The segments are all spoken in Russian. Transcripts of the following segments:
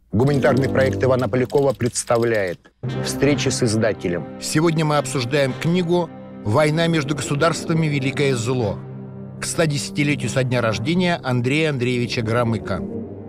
Гуманитарный проект Ивана Полякова представляет «Встречи с издателем». Сегодня мы обсуждаем книгу «Война между государствами. Великое зло» к 110-летию со дня рождения Андрея Андреевича Громыка.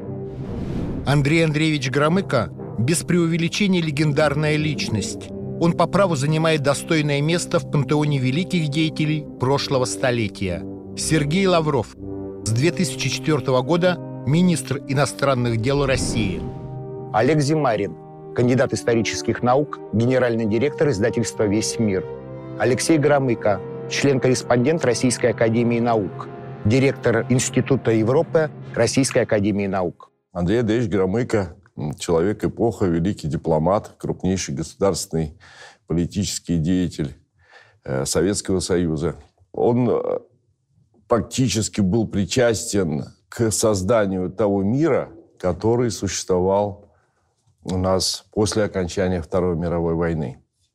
Андрей Андреевич Громыко – без преувеличения легендарная личность. Он по праву занимает достойное место в пантеоне великих деятелей прошлого столетия. Сергей Лавров, с 2004 года министр иностранных дел России. Олег Зимарин, кандидат исторических наук, генеральный директор издательства «Весь мир». Алексей Громыко, член-корреспондент Российской академии наук, директор Института Европы Российской академии наук. Андрей Андреевич Громыко – человек-эпоха, великий дипломат, крупнейший государственный политический деятель Советского Союза. Он практически был причастен к созданию того мира, который существовал у нас после окончания Второй мировой войны.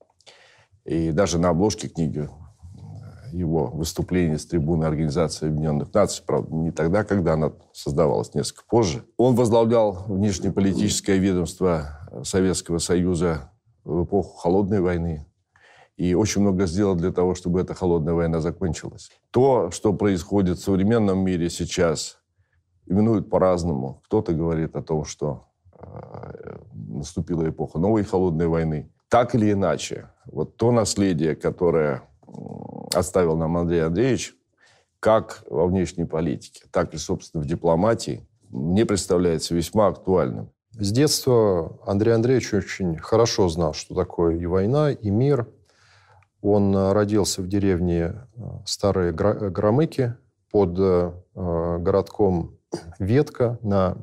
И даже на обложке книги его выступление с трибуны Организации Объединенных Наций, правда, не тогда, когда она создавалась, несколько позже. Он возглавлял внешнеполитическое ведомство Советского Союза в эпоху Холодной войны и очень много сделал для того, чтобы эта Холодная война закончилась. То, что происходит в современном мире сейчас, именуют по-разному. Кто-то говорит о том, что наступила эпоха новой Холодной войны. Так или иначе, вот то наследие, которое оставил нам Андрей Андреевич, как во внешней политике, так и, собственно, в дипломатии, мне представляется весьма актуальным. С детства Андрей Андреевич очень хорошо знал, что такое и война, и мир. Он родился в деревне Старые Громыки под городком Ветка на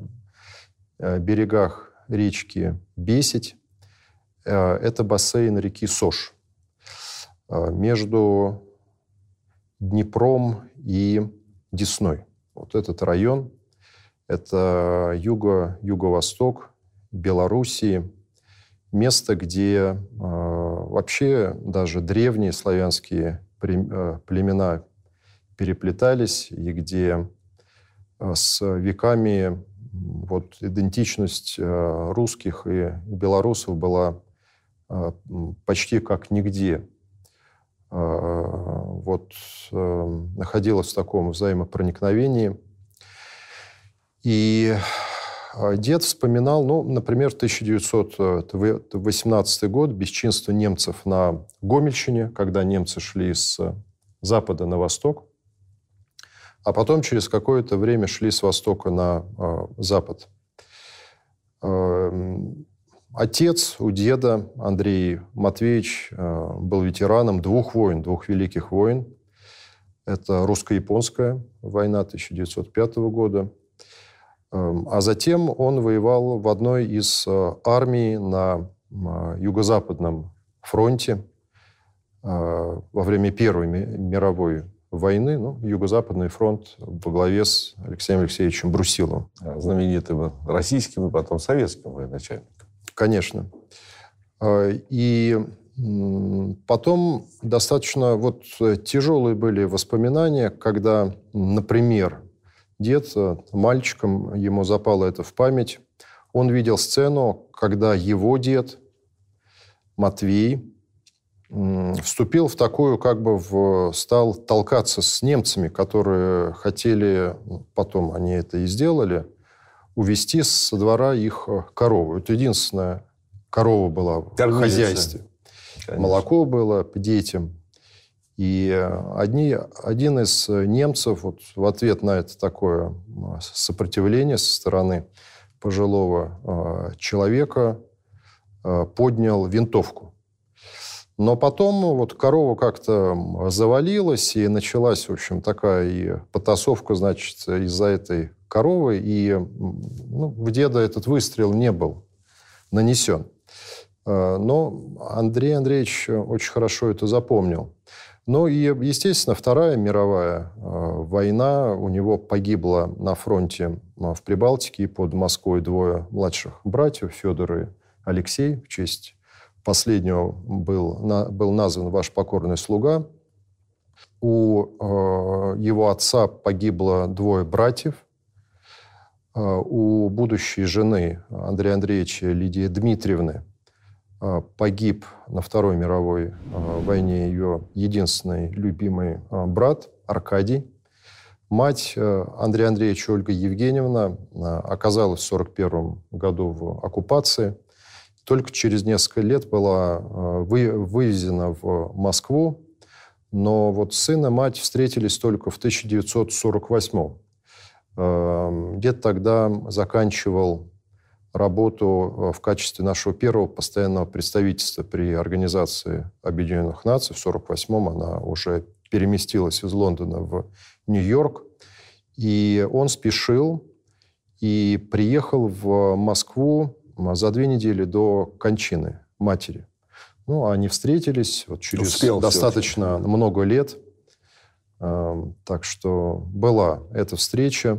берегах речки Бесить. Это бассейн реки Сош. Между Днепром и Десной. Вот этот район – это юго-восток Белоруссии. Место, где вообще даже древние славянские племена переплетались, и где с веками вот идентичность русских и белорусов была почти как нигде. Вот находилась в таком взаимопроникновении. И дед вспоминал, например, 1918 год, бесчинство немцев на Гомельщине, когда немцы шли с запада на восток, а потом через какое-то время шли с востока на запад. Отец у деда, Андрей Матвеевич, был ветераном двух великих войн. Это русско-японская война 1905 года. А затем он воевал в одной из армий на Юго-Западном фронте во время Первой мировой войны. Юго-Западный фронт во главе с Алексеем Алексеевичем Брусиловым. Знаменитым российским и потом советским военачальником. Конечно. И потом достаточно тяжелые были воспоминания, когда, например, дед мальчиком, ему запало это в память, он видел сцену, когда его дед Матвей вступил в такую, стал толкаться с немцами, которые хотели, потом они это и сделали, увести со двора их корову. Это единственная корова была в хозяйстве. Конечно. Молоко было детям. И один из немцев в ответ на это такое сопротивление со стороны пожилого человека поднял винтовку. Но потом корова как-то завалилась, и началась, в общем, такая и потасовка, значит, из-за этой коровы, и в деда этот выстрел не был нанесен. Но Андрей Андреевич очень хорошо это запомнил. Ну и, естественно, Вторая мировая война. У него погибло на фронте в Прибалтике и под Москвой двое младших братьев, Федор и Алексей. В честь последнего был назван «Ваш покорный слуга». У его отца погибло двое братьев. у будущей жены Андрея Андреевича Лидии Дмитриевны погиб на Второй мировой войне ее единственный любимый брат Аркадий. Мать Андрея Андреевича, Ольга Евгеньевна, оказалась в 1941 году в оккупации. Только через несколько лет была вывезена в Москву. Но вот сын и мать встретились только в 1948. Дед тогда заканчивал работу в качестве нашего первого постоянного представительства при Организации Объединенных Наций. В 1948-м она уже переместилась из Лондона в Нью-Йорк. И он спешил и приехал в Москву за 2 недели до кончины матери. Ну, они встретились вот через достаточно много лет. Так что была эта встреча.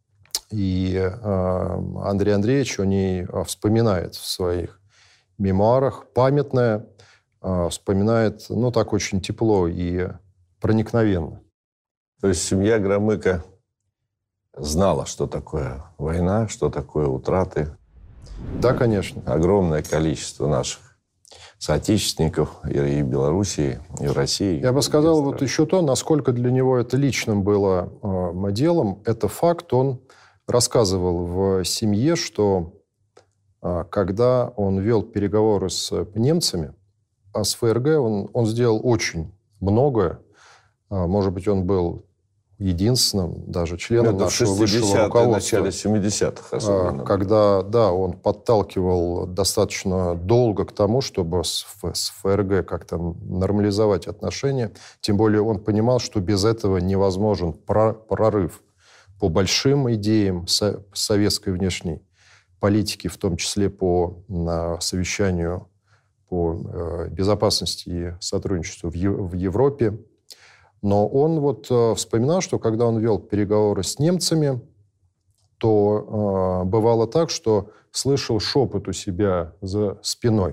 И Андрей Андреевич о ней вспоминает в своих мемуарах. Памятная, вспоминает, ну, так очень тепло и проникновенно. То есть семья Громыко знала, что такое война, что такое утраты. Да, конечно. Огромное количество наших соотечественников и в Белоруссии, и в России. Я бы сказал вот еще то, насколько для него это личным было делом. Это факт. Он рассказывал в семье, что когда он вел переговоры с немцами, а с ФРГ он сделал очень многое. Может быть, он был единственным даже членом нашего высшего руководства. В начале 70-х особенно. Когда, да, он подталкивал достаточно долго к тому, чтобы с ФРГ как-то нормализовать отношения. Тем более он понимал, что без этого невозможен прорыв по большим идеям советской внешней политики, в том числе по совещанию по безопасности и сотрудничеству в Европе. Но он вот вспоминал, что когда он вел переговоры с немцами, то бывало так, что слышал шепот у себя за спиной.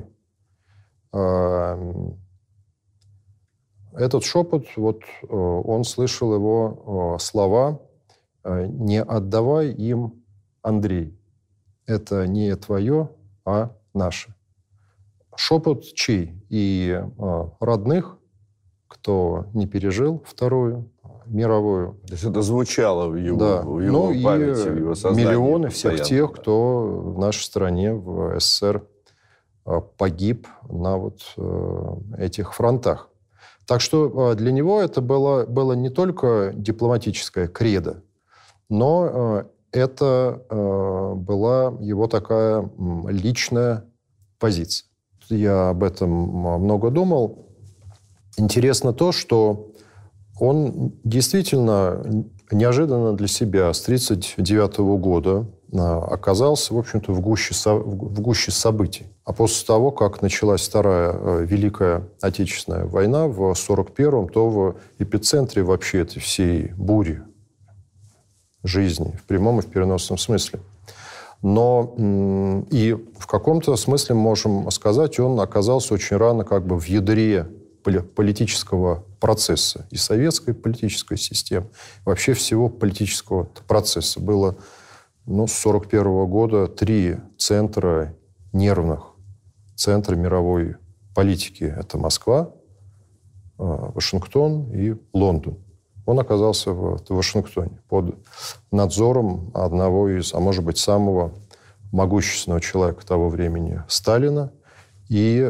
Этот шепот, вот он слышал его слова «Не отдавай им, Андрей, это не твое, а наше». Шепот чей? И родных, кто не пережил Вторую мировую. То есть это звучало в его, да. в его памяти, в его сознании. Миллионы всех тех, кто в нашей стране, в СССР, погиб на вот этих фронтах. Так что для него это было не только дипломатическая кредо, но это была его такая личная позиция. Я об этом много думал. Интересно то, что он действительно неожиданно для себя с 1939 года оказался, в общем-то, в гуще событий. А после того, как началась Вторая Великая Отечественная война в 1941-м, то в эпицентре вообще этой всей бури жизни, в прямом и в переносном смысле. Но и в каком-то смысле, можем сказать, он оказался очень рано как бы в ядре политического процесса и советской политической системы, вообще всего политического процесса. Было с 1941 года 3 центра нервных, центра мировой политики. Это Москва, Вашингтон и Лондон. Он оказался в Вашингтоне под надзором одного из, а может быть, самого могущественного человека того времени Сталина, и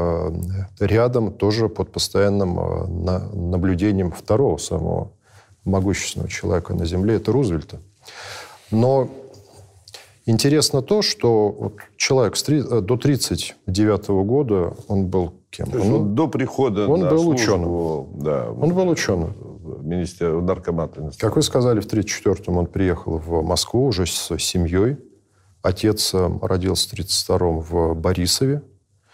рядом тоже под постоянным наблюдением второго самого могущественного человека на Земле, это Рузвельта. Но интересно то, что вот человек до 1939 года, он был кем? То есть он до прихода он на был службу, ученым. Да, он был ученым. В наркомате. Как вы сказали, в 1934-м он приехал в Москву уже с семьей. Отец родился в 1932-м в Борисове.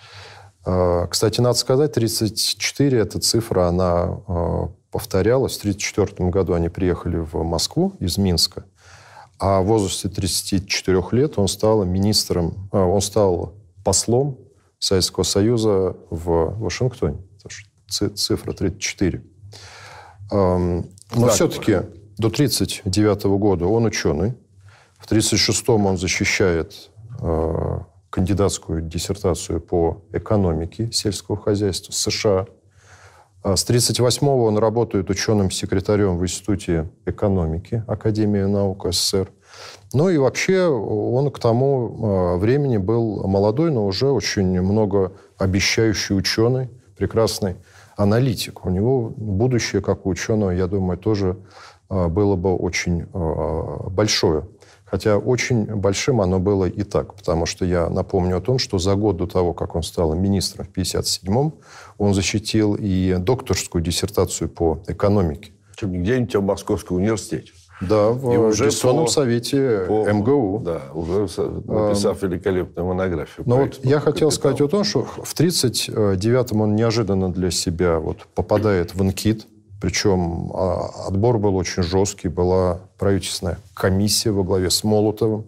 Кстати, надо сказать, 34 эта цифра, она повторялась. В 1934 году они приехали в Москву из Минска, а в возрасте 34 лет он стал министром, он стал послом Советского Союза в Вашингтоне. Цифра 34. Но все-таки до 1939 года он ученый. В 1936-м он защищает кандидатскую диссертацию по экономике сельского хозяйства США. С 1938-го он работает ученым-секретарем в Институте экономики Академии наук СССР. Ну и вообще он к тому времени был молодой, но уже очень многообещающий ученый, прекрасный аналитик. У него будущее, как у ученого, я думаю, тоже было бы очень большое. Хотя очень большим оно было и так, потому что я напомню о том, что за год до того, как он стал министром в 1957-м, он защитил и докторскую диссертацию по экономике. Где-нибудь в Московском университете. Да, в Диссонном совете МГУ. Да, уже написав великолепную монографию. Но вот я хотел сказать о том, что в 1939-м он неожиданно для себя попадает в НКИД. Причем отбор был очень жесткий. Была правительственная комиссия во главе с Молотовым.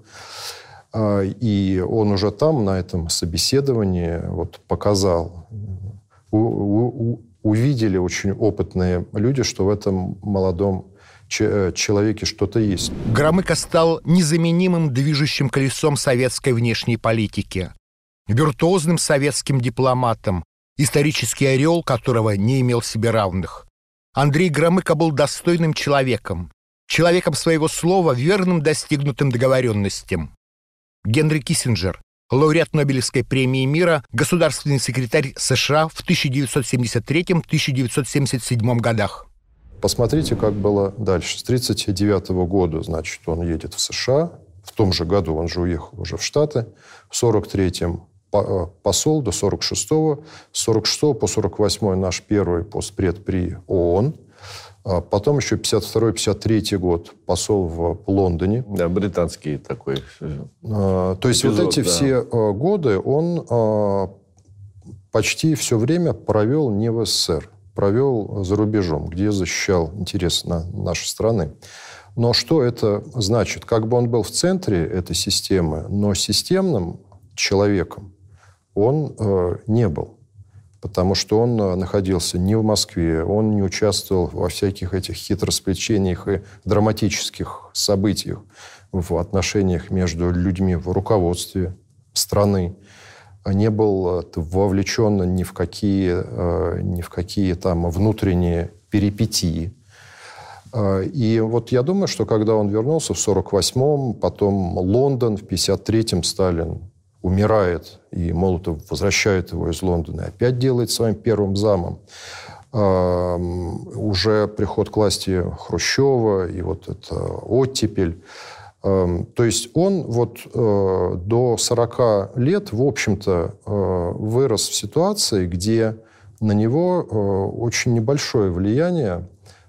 И он уже там, на этом собеседовании, показал, увидели очень опытные люди, что в этом молодом человеке что-то есть. Громыко стал незаменимым движущим колесом советской внешней политики, виртуозным советским дипломатом, исторический орел которого не имел себе равных. Андрей Громыко был достойным человеком своего слова, верным достигнутым договоренностям. Генри Киссинджер, лауреат Нобелевской премии мира, государственный секретарь США в 1973-1977 годах. Посмотрите, как было дальше. С 1939 года, значит, он едет в США. В том же году он же уехал уже в Штаты. В 1943-м посол до 1946-го. С 1946 по 1948 наш первый постпред при ООН. Потом еще 1952-1953 год посол в Лондоне. Да, британский такой. То есть эпизод, вот эти все годы он почти все время провел не в СССР. Провел за рубежом, где защищал интересы нашей страны. Но что это значит? Как бы он был в центре этой системы, но системным человеком он не был. Потому что он находился не в Москве, он не участвовал во всяких этих хитросплетениях и драматических событиях в отношениях между людьми в руководстве страны. Не был вовлечен ни в какие там внутренние перипетии. И вот я думаю, что когда он вернулся в 1948-м, потом Лондон, в 1953-м Сталин умирает, и Молотов возвращает его из Лондона и опять делает своим первым замом. Уже приход к власти Хрущева и вот это оттепель. То есть он до 40 лет, в общем-то, вырос в ситуации, где на него очень небольшое влияние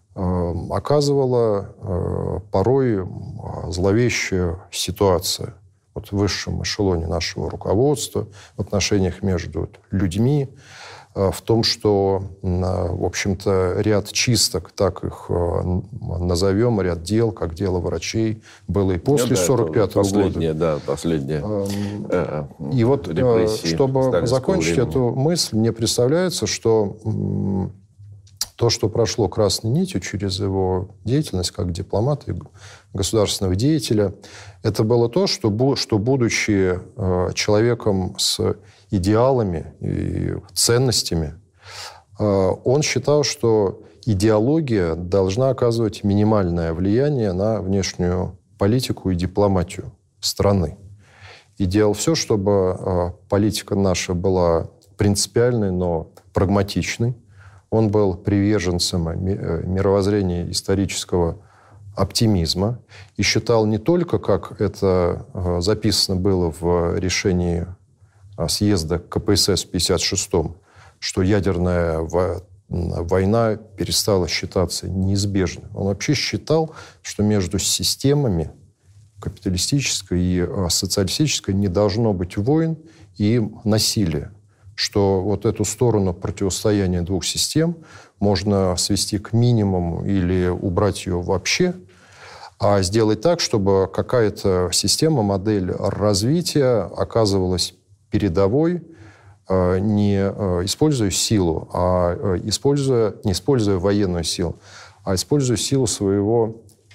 оказывала порой зловещая ситуация в высшем эшелоне нашего руководства, в отношениях между людьми, в том, что, в общем-то, ряд чисток, так их назовем, ряд дел, как дело врачей, было и после 1945 года. Да, последнее. И вот, чтобы закончить эту мысль, мне представляется, что то, что прошло красной нитью через его деятельность как дипломата и государственного деятеля, это было то, что будучи человеком с идеалами и ценностями, он считал, что идеология должна оказывать минимальное влияние на внешнюю политику и дипломатию страны. И делал все, чтобы политика наша была принципиальной, но прагматичной. Он был приверженцем мировоззрения исторического оптимизма и считал не только, как это записано было в решении съезда КПСС в 1956-м, что ядерная война перестала считаться неизбежной. Он вообще считал, что между системами капиталистической и социалистической не должно быть войн и насилия. Что вот эту сторону противостояния двух систем можно свести к минимуму или убрать ее вообще, а сделать так, чтобы какая-то система, модель развития оказывалась передовой, не используя силу, не используя военную силу, а используя силу своего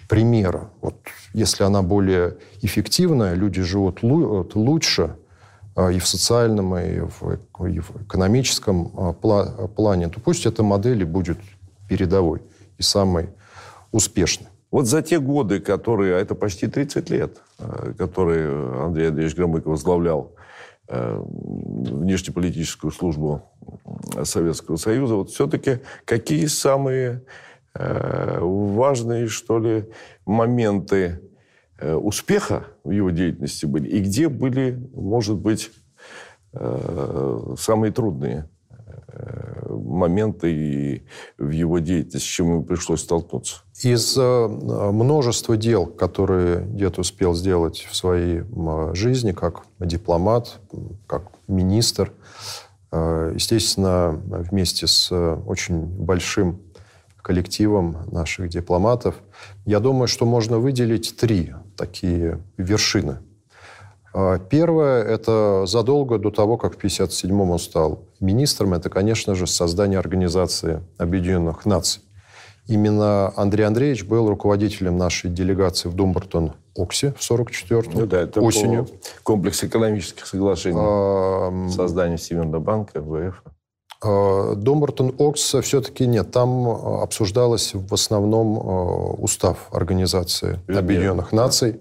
примера. Вот если она более эффективная, люди живут лучше и в социальном, и в экономическом плане, то пусть эта модель и будет передовой и самой успешной. Вот за те годы, которые, а это почти 30 лет, которые Андрей Андреевич Громыко возглавлял внешнеполитическую службу Советского Союза, вот все-таки какие самые важные, что ли, моменты успеха в его деятельности были, и где были, может быть, самые трудные моменты в его деятельности, с чем ему пришлось столкнуться? Из множества дел, которые дед успел сделать в своей жизни, как дипломат, как министр, естественно, вместе с очень большим коллективом наших дипломатов, я думаю, что можно выделить 3 такие вершины. Первое – это задолго до того, как в 1957-м он стал министром, это, конечно же, создание Организации Объединенных Наций. Именно Андрей Андреевич был руководителем нашей делегации в Думбартон-Оксе в 1944-м, это осенью. Комплекс экономических соглашений, создание Всемирного банка, МВФ. Думбартон-Окс все-таки нет. Там обсуждалось в основном устав Организации Объединенных Наций.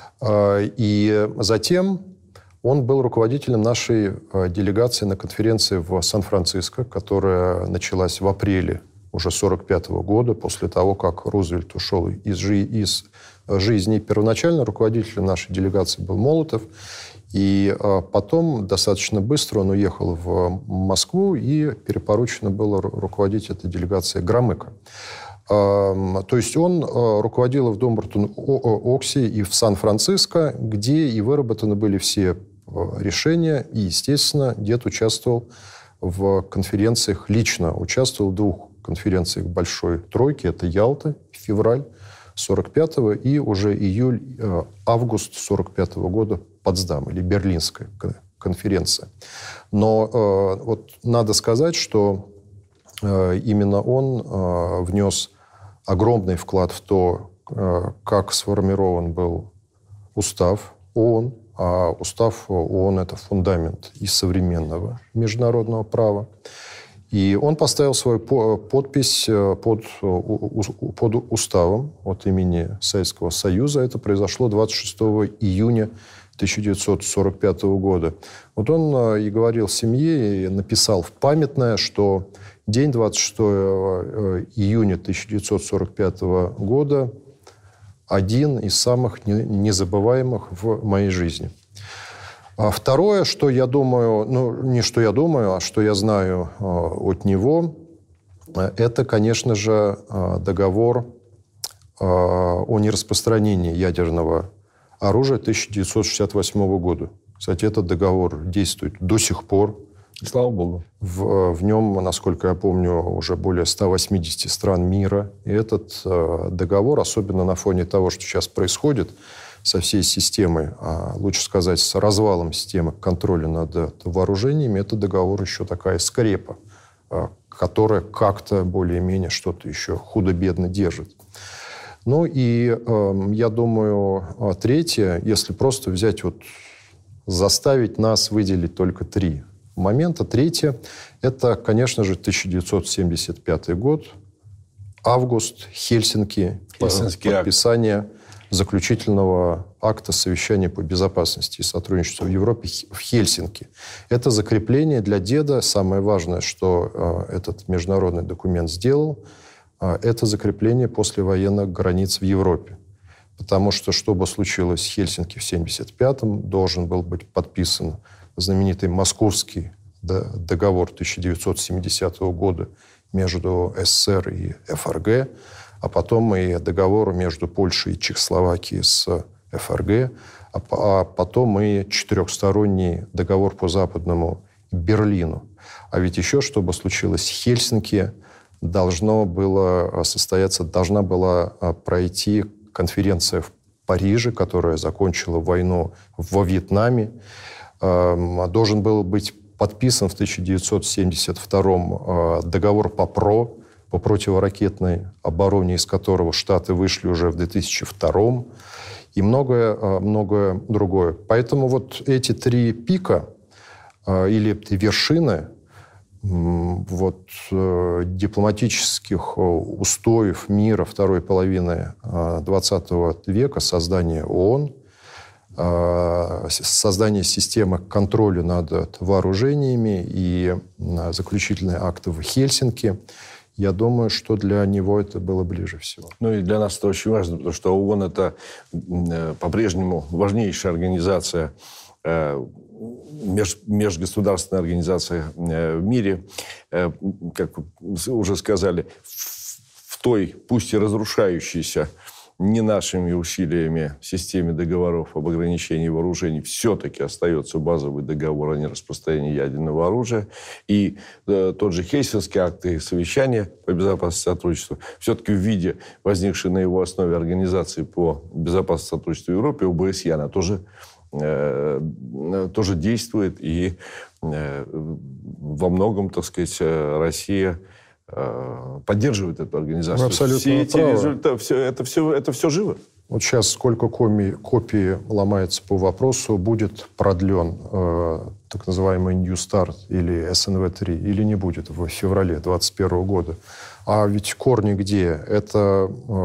И затем он был руководителем нашей делегации на конференции в Сан-Франциско, которая началась в апреле уже 1945 года, после того, как Рузвельт ушел из жизни. Первоначально руководителем нашей делегации был Молотов. И потом достаточно быстро он уехал в Москву, и перепоручено было руководить этой делегацией Громыко. То есть он руководил в Думбартон-Оксе и в Сан-Франциско, где и выработаны были все решения. И, естественно, дед участвовал в конференциях, лично участвовал в 2 конференциях Большой Тройки. Это Ялта, февраль 1945-го, и уже июль-август 1945 года Потсдам, или Берлинская конференция. Но вот надо сказать, что именно он внес огромный вклад в то, как сформирован был устав ООН. А устав ООН – это фундамент и современного международного права. И он поставил свою подпись под уставом от имени Советского Союза. Это произошло 26 июня 1945 года. Вот он и говорил семье, и написал в памятное, что день 26 июня 1945 года один из самых незабываемых в моей жизни. А второе, что я думаю, не что я думаю, а что я знаю от него, это, конечно же, договор о нераспространении ядерного оружия 1968 года. Кстати, этот договор действует до сих пор. Слава Богу. В нем, насколько я помню, уже более 180 стран мира. И этот договор, особенно на фоне того, что сейчас происходит со всей системой, а лучше сказать, с развалом системы контроля над вооружениями, это договор еще такая скрепа, которая как-то более-менее что-то еще худо-бедно держит. Ну и я думаю, третье, если просто взять, заставить нас выделить только 3 момента. Третье, это, конечно же, 1975 год, август, Хельсинки, подписание заключительного акта совещания по безопасности и сотрудничеству в Европе в Хельсинки. Это закрепление для деда. Самое важное, что этот международный документ сделал, это закрепление послевоенных границ в Европе. Потому что, что бы случилось в Хельсинки в 1975-м, должен был быть подписан знаменитый Московский договор 1970 года между СССР и ФРГ, а потом и договор между Польшей и Чехословакией с ФРГ, а потом и 4-сторонний договор по Западному Берлину. А ведь еще, чтобы случилось в Хельсинки, должна была пройти конференция в Париже, которая закончила войну во Вьетнаме. Должен был быть подписан в 1972-м договор по ПРО по противоракетной обороне, из которого Штаты вышли уже в 2002 и многое другое. Поэтому вот эти 3 пика или вершины дипломатических устоев мира второй половины XX века, создание ООН, создание системы контроля над вооружениями и заключительные акты в Хельсинки, я думаю, что для него это было ближе всего. Ну и для нас это очень важно, потому что ООН – это по-прежнему важнейшая организация, межгосударственная организация в мире, как уже сказали, в той, пусть и разрушающейся не нашими усилиями системе договоров об ограничении вооружений, все-таки остается базовый договор о нераспространении ядерного оружия. И тот же Хельсинский акт и совещание по безопасности и сотрудничеству все-таки в виде возникшей на его основе организации по безопасности и сотрудничеству в Европе, ОБСЕ, она тоже действует. И во многом, так сказать, Россия поддерживает эту организацию. Вы абсолютно все эти правы. результаты, это все живо. Вот сейчас сколько копий ломается по вопросу, будет продлен так называемый New Start или СНВ-3, или не будет в феврале 2021 года. А ведь корни где? Это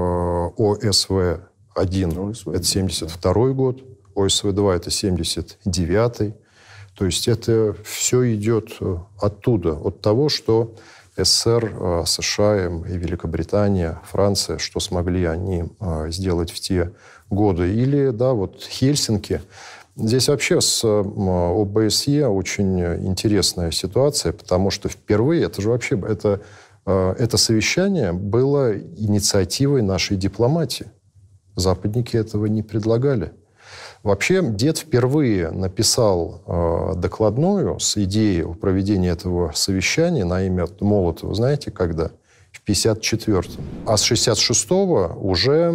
ОСВ-1, это 1972 год, ОСВ-2 это 1979. То есть это все идет оттуда, от того, что СССР, США и Великобритания, Франция, что смогли они сделать в те годы. Или, да, вот Хельсинки. Здесь вообще с ОБСЕ очень интересная ситуация, потому что впервые, это же вообще, это совещание было инициативой нашей дипломатии. Западники этого не предлагали. Вообще, дед впервые написал докладную с идеей о проведении этого совещания на имя Молотова, знаете, когда? В 1954-м. А с 1966-го уже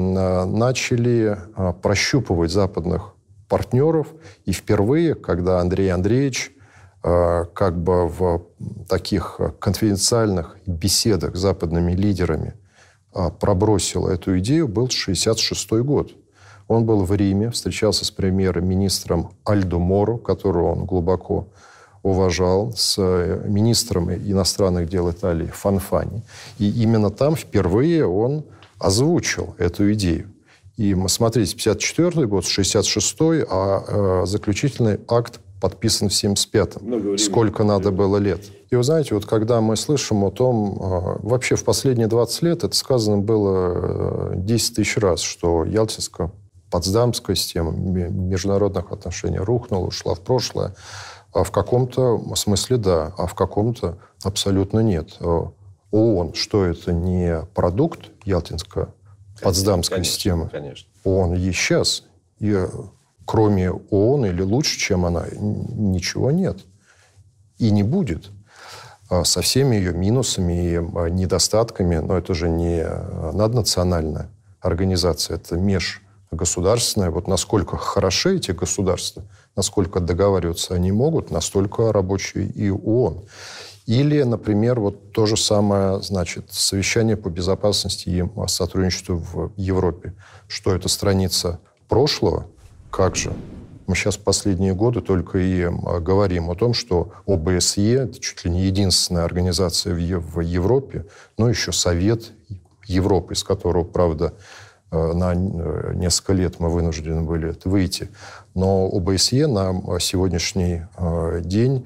начали прощупывать западных партнеров. И впервые, когда Андрей Андреевич как бы в таких конфиденциальных беседах с западными лидерами пробросил эту идею, был 1966 год. Он был в Риме, встречался с премьер-министром Альдо Моро, которого он глубоко уважал, с министром иностранных дел Италии Фанфани. И именно там впервые он озвучил эту идею. И смотрите, 1954 год, 1966, а заключительный акт подписан в 1975-м. Сколько надо было лет. И вы знаете, вот когда мы слышим о том, вообще в последние 20 лет это сказано было 10 тысяч раз, что Ялтинско-Потсдамская система международных отношений рухнула, ушла в прошлое. А в каком-то смысле да, а в каком-то абсолютно нет. ООН, что это не продукт Ялтинско-Потсдамской системы? Конечно. ООН и сейчас. И кроме ООН или лучше, чем она, ничего нет. И не будет. Со всеми ее минусами и недостатками. Но это же не наднациональная организация, это межгосударственная. Вот насколько хороши эти государства, насколько договариваться они могут, настолько рабочий и ООН. Или, например, вот то же самое, значит, совещание по безопасности и сотрудничеству в Европе. Что это страница прошлого? Как же? Мы сейчас в последние годы только и говорим о том, что ОБСЕ – это чуть ли не единственная организация в Европе, но еще Совет Европы, из которого, правда, на несколько лет мы вынуждены были выйти. Но ОБСЕ на сегодняшний день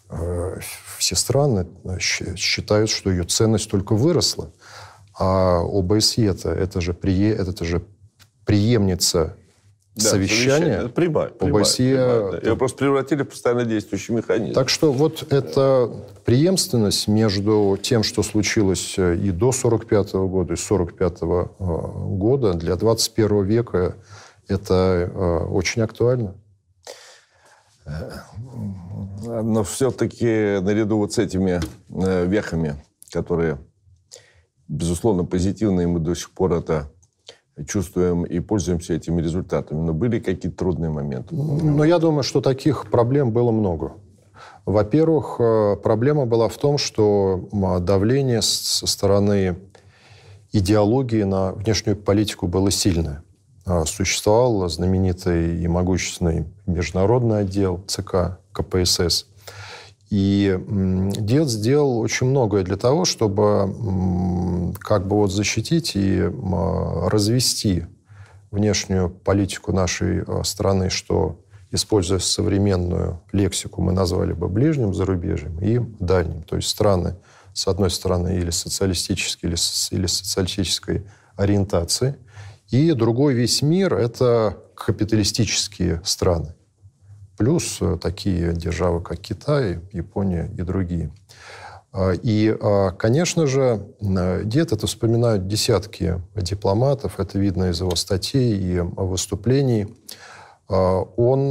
все страны считают, что ее ценность только выросла. А ОБСЕ это же преемница совещания. Прямая. ОБСЕ... Ее просто превратили в постоянно действующий механизм. Так что вот эта преемственность между тем, что случилось и до 1945 года, и с 1945 года, для 21 века это очень актуально. Но все-таки наряду вот с этими вехами, которые, безусловно, позитивные, мы до сих пор это чувствуем и пользуемся этими результатами. Но были какие-то трудные моменты? Но я думаю, что таких проблем было много. Во-первых, проблема была в том, что давление со стороны идеологии на внешнюю политику было сильное. Существовал знаменитый и могущественный международный отдел ЦК КПСС. И дед сделал очень многое для того, чтобы как бы вот защитить и развести внешнюю политику нашей страны, что, используя современную лексику, мы назвали бы ближним зарубежьем и дальним. То есть страны, с одной стороны, или социалистической, или социалистической ориентации, и другой весь мир – это капиталистические страны. Плюс такие державы, как Китай, Япония и другие. И, конечно же, дед, это вспоминают десятки дипломатов, это видно из его статей и выступлений. Он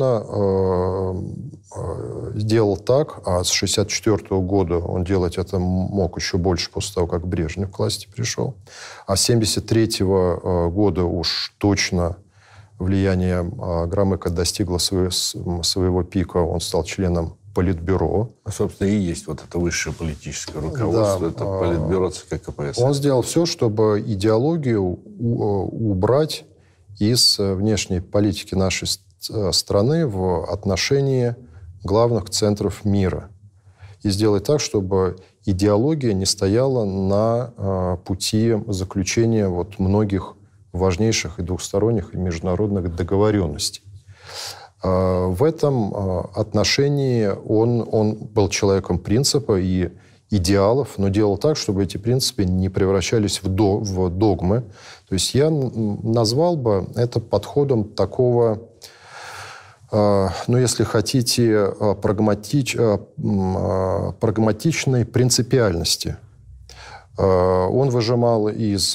сделал так, а с 1964 года он делать это мог еще больше после того, как Брежнев к власти пришел. А с 1973 года уж точно влияние Громыка достигло своего пика. Он стал членом Политбюро. Собственно, и есть вот это высшее политическое руководство. Да, это Политбюро ЦК КПСС. Он сделал все, чтобы идеологию убрать из внешней политики нашей страны в отношении главных центров мира. И сделать так, чтобы идеология не стояла на пути заключения вот многих важнейших и двухсторонних, и международных договоренностей. В этом отношении он был человеком принципа и идеалов, но делал так, чтобы эти принципы не превращались в догмы. То есть я назвал бы это подходом такого, если хотите, прагматичной принципиальности. Он выжимал из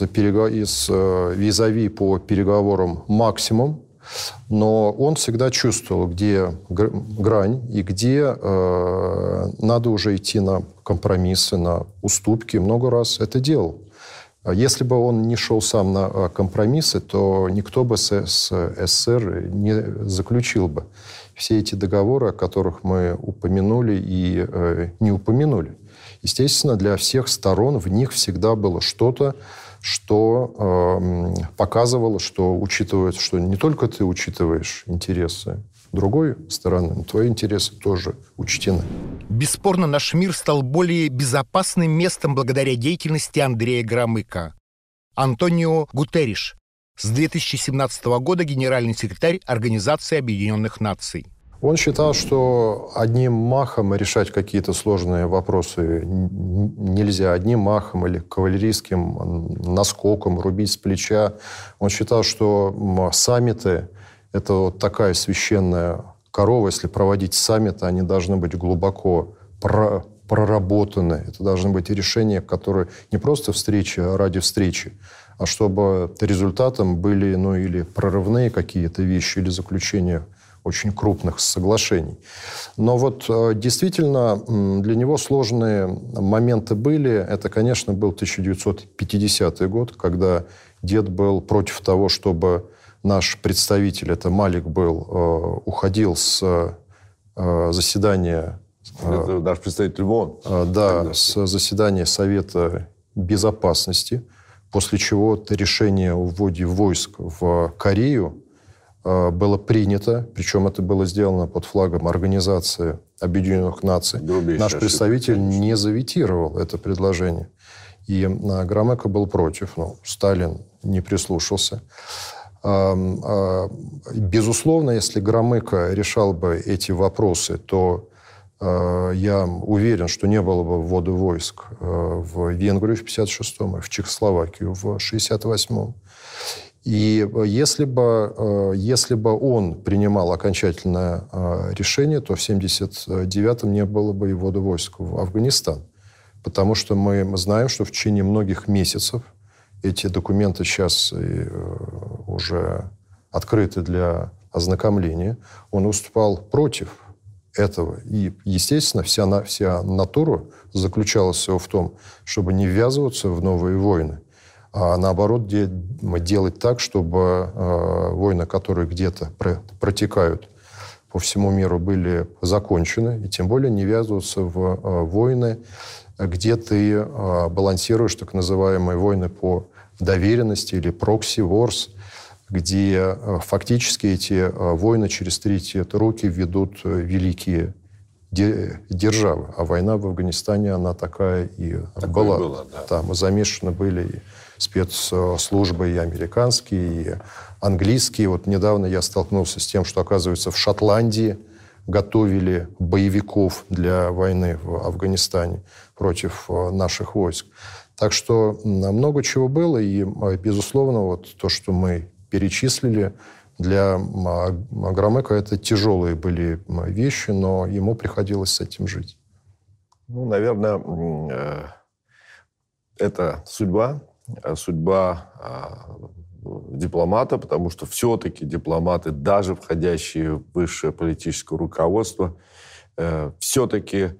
визави по переговорам максимум, но он всегда чувствовал, где грань и где надо уже идти на компромиссы, на уступки. Много раз это делал. Если бы он не шел сам на компромиссы, то никто бы с СССР не заключил бы все эти договоры, о которых мы упомянули и не упомянули. Естественно, для всех сторон в них всегда было что-то, что показывало, что учитывают, что не только ты учитываешь интересы другой стороны, но твои интересы тоже учтены. Бесспорно, наш мир стал более безопасным местом благодаря деятельности Андрея Громыка. Антонио Гутерриш, с 2017 года генеральный секретарь Организации Объединенных Наций. Он считал, что одним махом решать какие-то сложные вопросы нельзя. Одним махом или кавалерийским наскоком рубить с плеча. Он считал, что саммиты – это вот такая священная корова. Если проводить саммиты, они должны быть глубоко проработаны. Это должны быть решения, которые не просто встречи ради встречи, а чтобы результатом были или прорывные какие-то вещи, или заключения очень крупных соглашений. Но вот действительно для него сложные моменты были. Это, конечно, был 1950 год, когда дед был против того, чтобы наш представитель, это Малик был, уходил с заседания... Это наш представитель ВОН. Да, с заседания Совета Безопасности, после чего решение о вводе войск в Корею было принято, причем это было сделано под флагом Организации Объединенных Наций. Наш представитель не заветировал это предложение. И Громыко был против, но Сталин не прислушался. Безусловно, если Громыко решал бы эти вопросы, то я уверен, что не было бы ввода войск в Венгрию в 1956-м, в Чехословакию в 1968-м. И если бы он принимал окончательное решение, то в 1979-м не было бы и ввода войск в Афганистан. Потому что мы знаем, что в течение многих месяцев эти документы сейчас уже открыты для ознакомления. Он выступал против этого. И, естественно, вся натура заключалась всего в том, чтобы не ввязываться в новые войны, а наоборот делать так, чтобы войны, которые где-то протекают по всему миру были закончены, и тем более не ввязываться в войны, где ты балансируешь так называемые войны по доверенности или прокси-ворс, где фактически эти войны через третьи руки ведут великие державы. А война в Афганистане, она такая и была. Да, мы замешаны были и спецслужбы и американские, и английские. Вот недавно я столкнулся с тем, что, оказывается, в Шотландии готовили боевиков для войны в Афганистане против наших войск. Так что много чего было, и, безусловно, вот то, что мы перечислили, для Громыка это тяжелые были вещи, но ему приходилось с этим жить. Ну, наверное, это судьба дипломата, потому что все-таки дипломаты, даже входящие в высшее политическое руководство, все-таки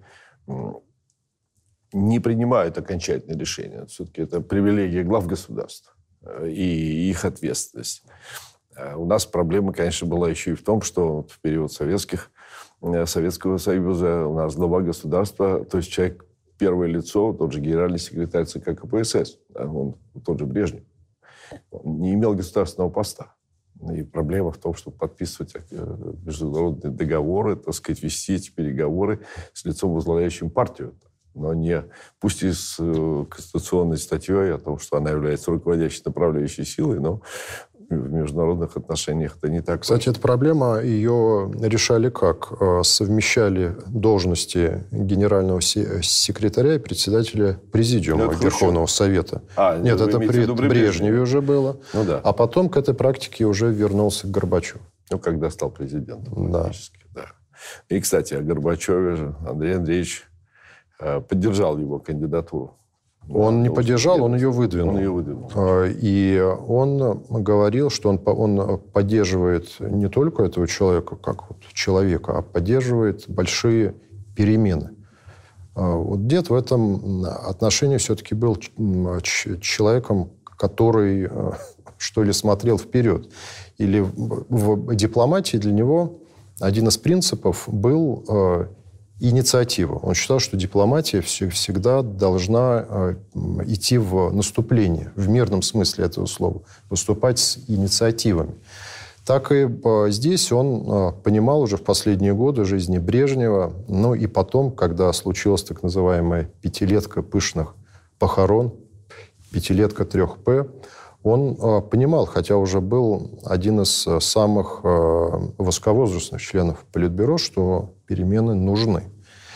не принимают окончательные решения. Все-таки это привилегия глав государств и их ответственность. У нас проблема, конечно, была еще и в том, что в период Советского Союза у нас глава государства, то есть человек, первое лицо, тот же генеральный секретарь ЦК КПСС, он тот же Брежнев, он не имел государственного поста. И проблема в том, чтобы подписывать международные договоры, так сказать, вести эти переговоры с лицом, возглавляющим партию. Но не, пусть и с конституционной статьей о том, что она является руководящей направляющей силой, но в международных отношениях это не так. Кстати, эта проблема, ее решали как? Совмещали должности генерального секретаря и председателя президиума Верховного Совета. Нет, это при Брежневе уже было. Ну, да. А потом к этой практике уже вернулся Горбачев. Ну, когда стал президентом. Да. Да. И, кстати, о Горбачеве же Андрей Андреевич поддержал его кандидатуру. Он не поддержал, он ее выдвинул. Он ее выдвинул. И он говорил, что он поддерживает не только этого человека, как вот человека, а поддерживает большие перемены. Вот дед в этом отношении все-таки был человеком, который, что ли, смотрел вперед. Или в дипломатии для него один из принципов был инициатива. Он считал, что дипломатия всегда должна идти в наступление, в мирном смысле этого слова, выступать с инициативами. Так и здесь он понимал уже в последние годы жизни Брежнева, ну и потом, когда случилась так называемая пятилетка пышных похорон, пятилетка 3П, он понимал, хотя уже был один из самых высоковозрастных членов Политбюро, что перемены нужны.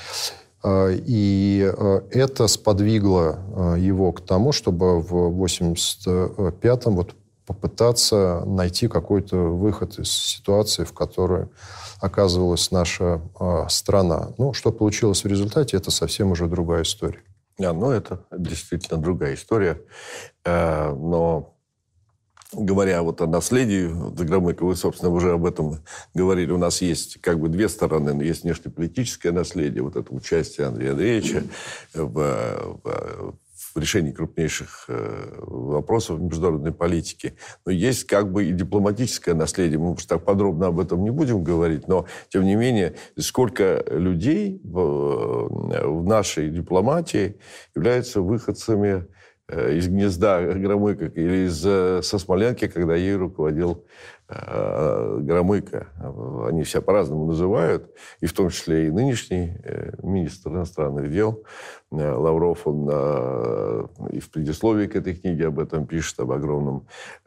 И это сподвигло его к тому, чтобы в 1985-м вот попытаться найти какой-то выход из ситуации, в которой оказывалась наша страна. Ну, что получилось в результате, это совсем уже другая история. Ну, это действительно другая история. Но говоря вот о наследии Громыка, вы, собственно, уже об этом говорили. У нас есть как бы две стороны. Есть внешнеполитическое наследие, вот это участие Андрея Андреевича в решении крупнейших вопросов международной политики. Но есть как бы и дипломатическое наследие. Мы уж так подробно об этом не будем говорить, но, тем не менее, сколько людей в нашей дипломатии являются выходцами из гнезда Громыка или со Смоленки, когда ей руководил Громыко. Они все по-разному называют, и в том числе и нынешний министр иностранных дел Лавров, он и в предисловии к этой книге об этом пишет, об огромном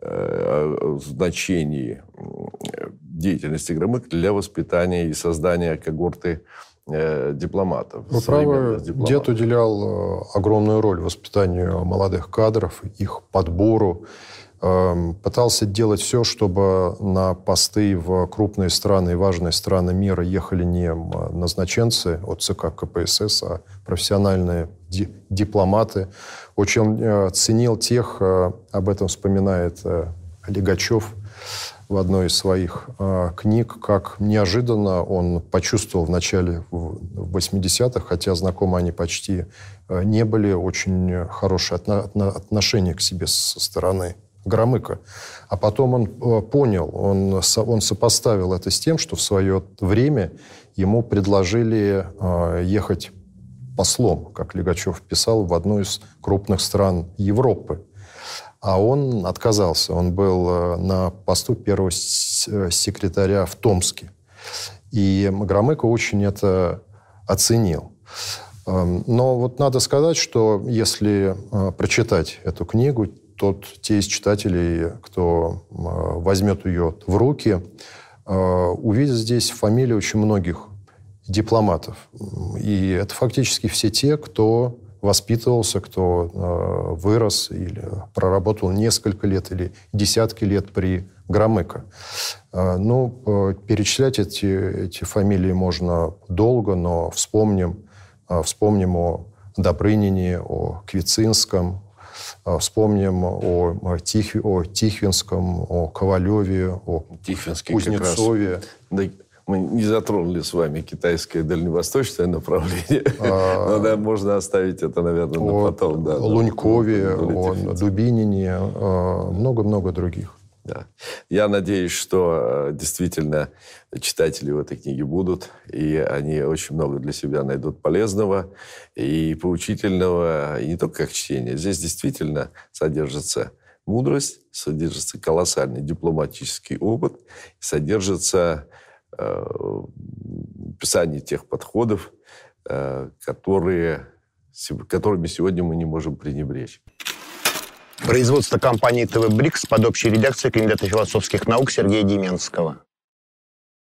значении деятельности Громыка для воспитания и создания когорты дипломатов. Вы правы, дед уделял огромную роль воспитанию молодых кадров, их подбору. Пытался делать все, чтобы на посты в крупные страны и важные страны мира ехали не назначенцы от ЦК КПСС, а профессиональные дипломаты. Очень ценил тех, об этом вспоминает Легачев в одной из своих книг, как неожиданно он почувствовал в начале 80-х, хотя знакомы они почти не были, очень хорошее отношение к себе со стороны Громыко. А потом он понял, он сопоставил это с тем, что в свое время ему предложили ехать послом, как Лигачев писал, в одну из крупных стран Европы. А он отказался. Он был на посту первого секретаря в Томске. И Громыко очень это оценил. Но вот надо сказать, что если прочитать эту книгу, то те из читателей, кто возьмет ее в руки, увидит здесь фамилии очень многих дипломатов. И это фактически все те, кто воспитывался, кто вырос или проработал несколько лет или десятки лет при Громыко. Ну, перечислять эти фамилии можно долго, но вспомним о Добрынине, о Квицинском, вспомним о Тихвинском, о Ковалеве, о Кузнецове. Мы не затронули с вами китайское дальневосточное направление. Но можно оставить это, наверное, на потом. О Лунькове, о Дубинине, много-много других. Да. Я надеюсь, что действительно читатели в этой книге будут, и они очень много для себя найдут полезного и поучительного, и не только как чтение. Здесь действительно содержится мудрость, содержится колоссальный дипломатический опыт, содержится описание тех подходов, которыми сегодня мы не можем пренебречь. Производство компании ТВ «Брикс» под общей редакцией кандидата философских наук Сергея Деменского.